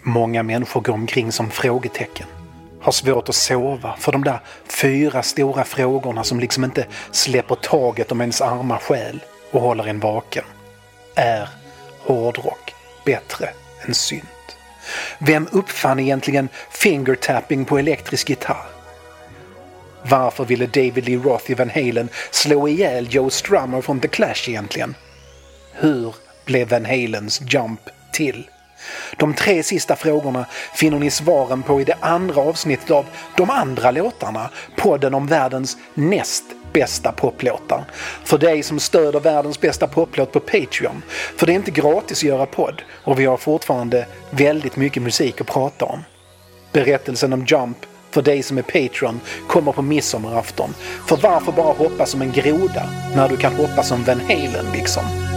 Många människor går omkring som frågetecken. Har svårt att sova för de där 4 stora frågorna som liksom inte släpper taget om ens arma själ och håller en vaken. Är hårdrock bättre än synt? Vem uppfann egentligen fingertapping på elektrisk gitarr? Varför ville David Lee Roth i Van Halen slå ihjäl Joe Strummer från The Clash egentligen? Hur blev Van Halens Jump till? De 3 sista frågorna finner ni svaren på i det andra avsnittet av De andra låtarna, podden om världens näst bästa poplåtar. För dig som stöder världens bästa poplåt på Patreon. För det är inte gratis att göra podd och vi har fortfarande väldigt mycket musik att prata om. Berättelsen om Jump för dig som är Patreon kommer på midsommarafton. För varför bara hoppa som en groda när du kan hoppa som Van Halen liksom?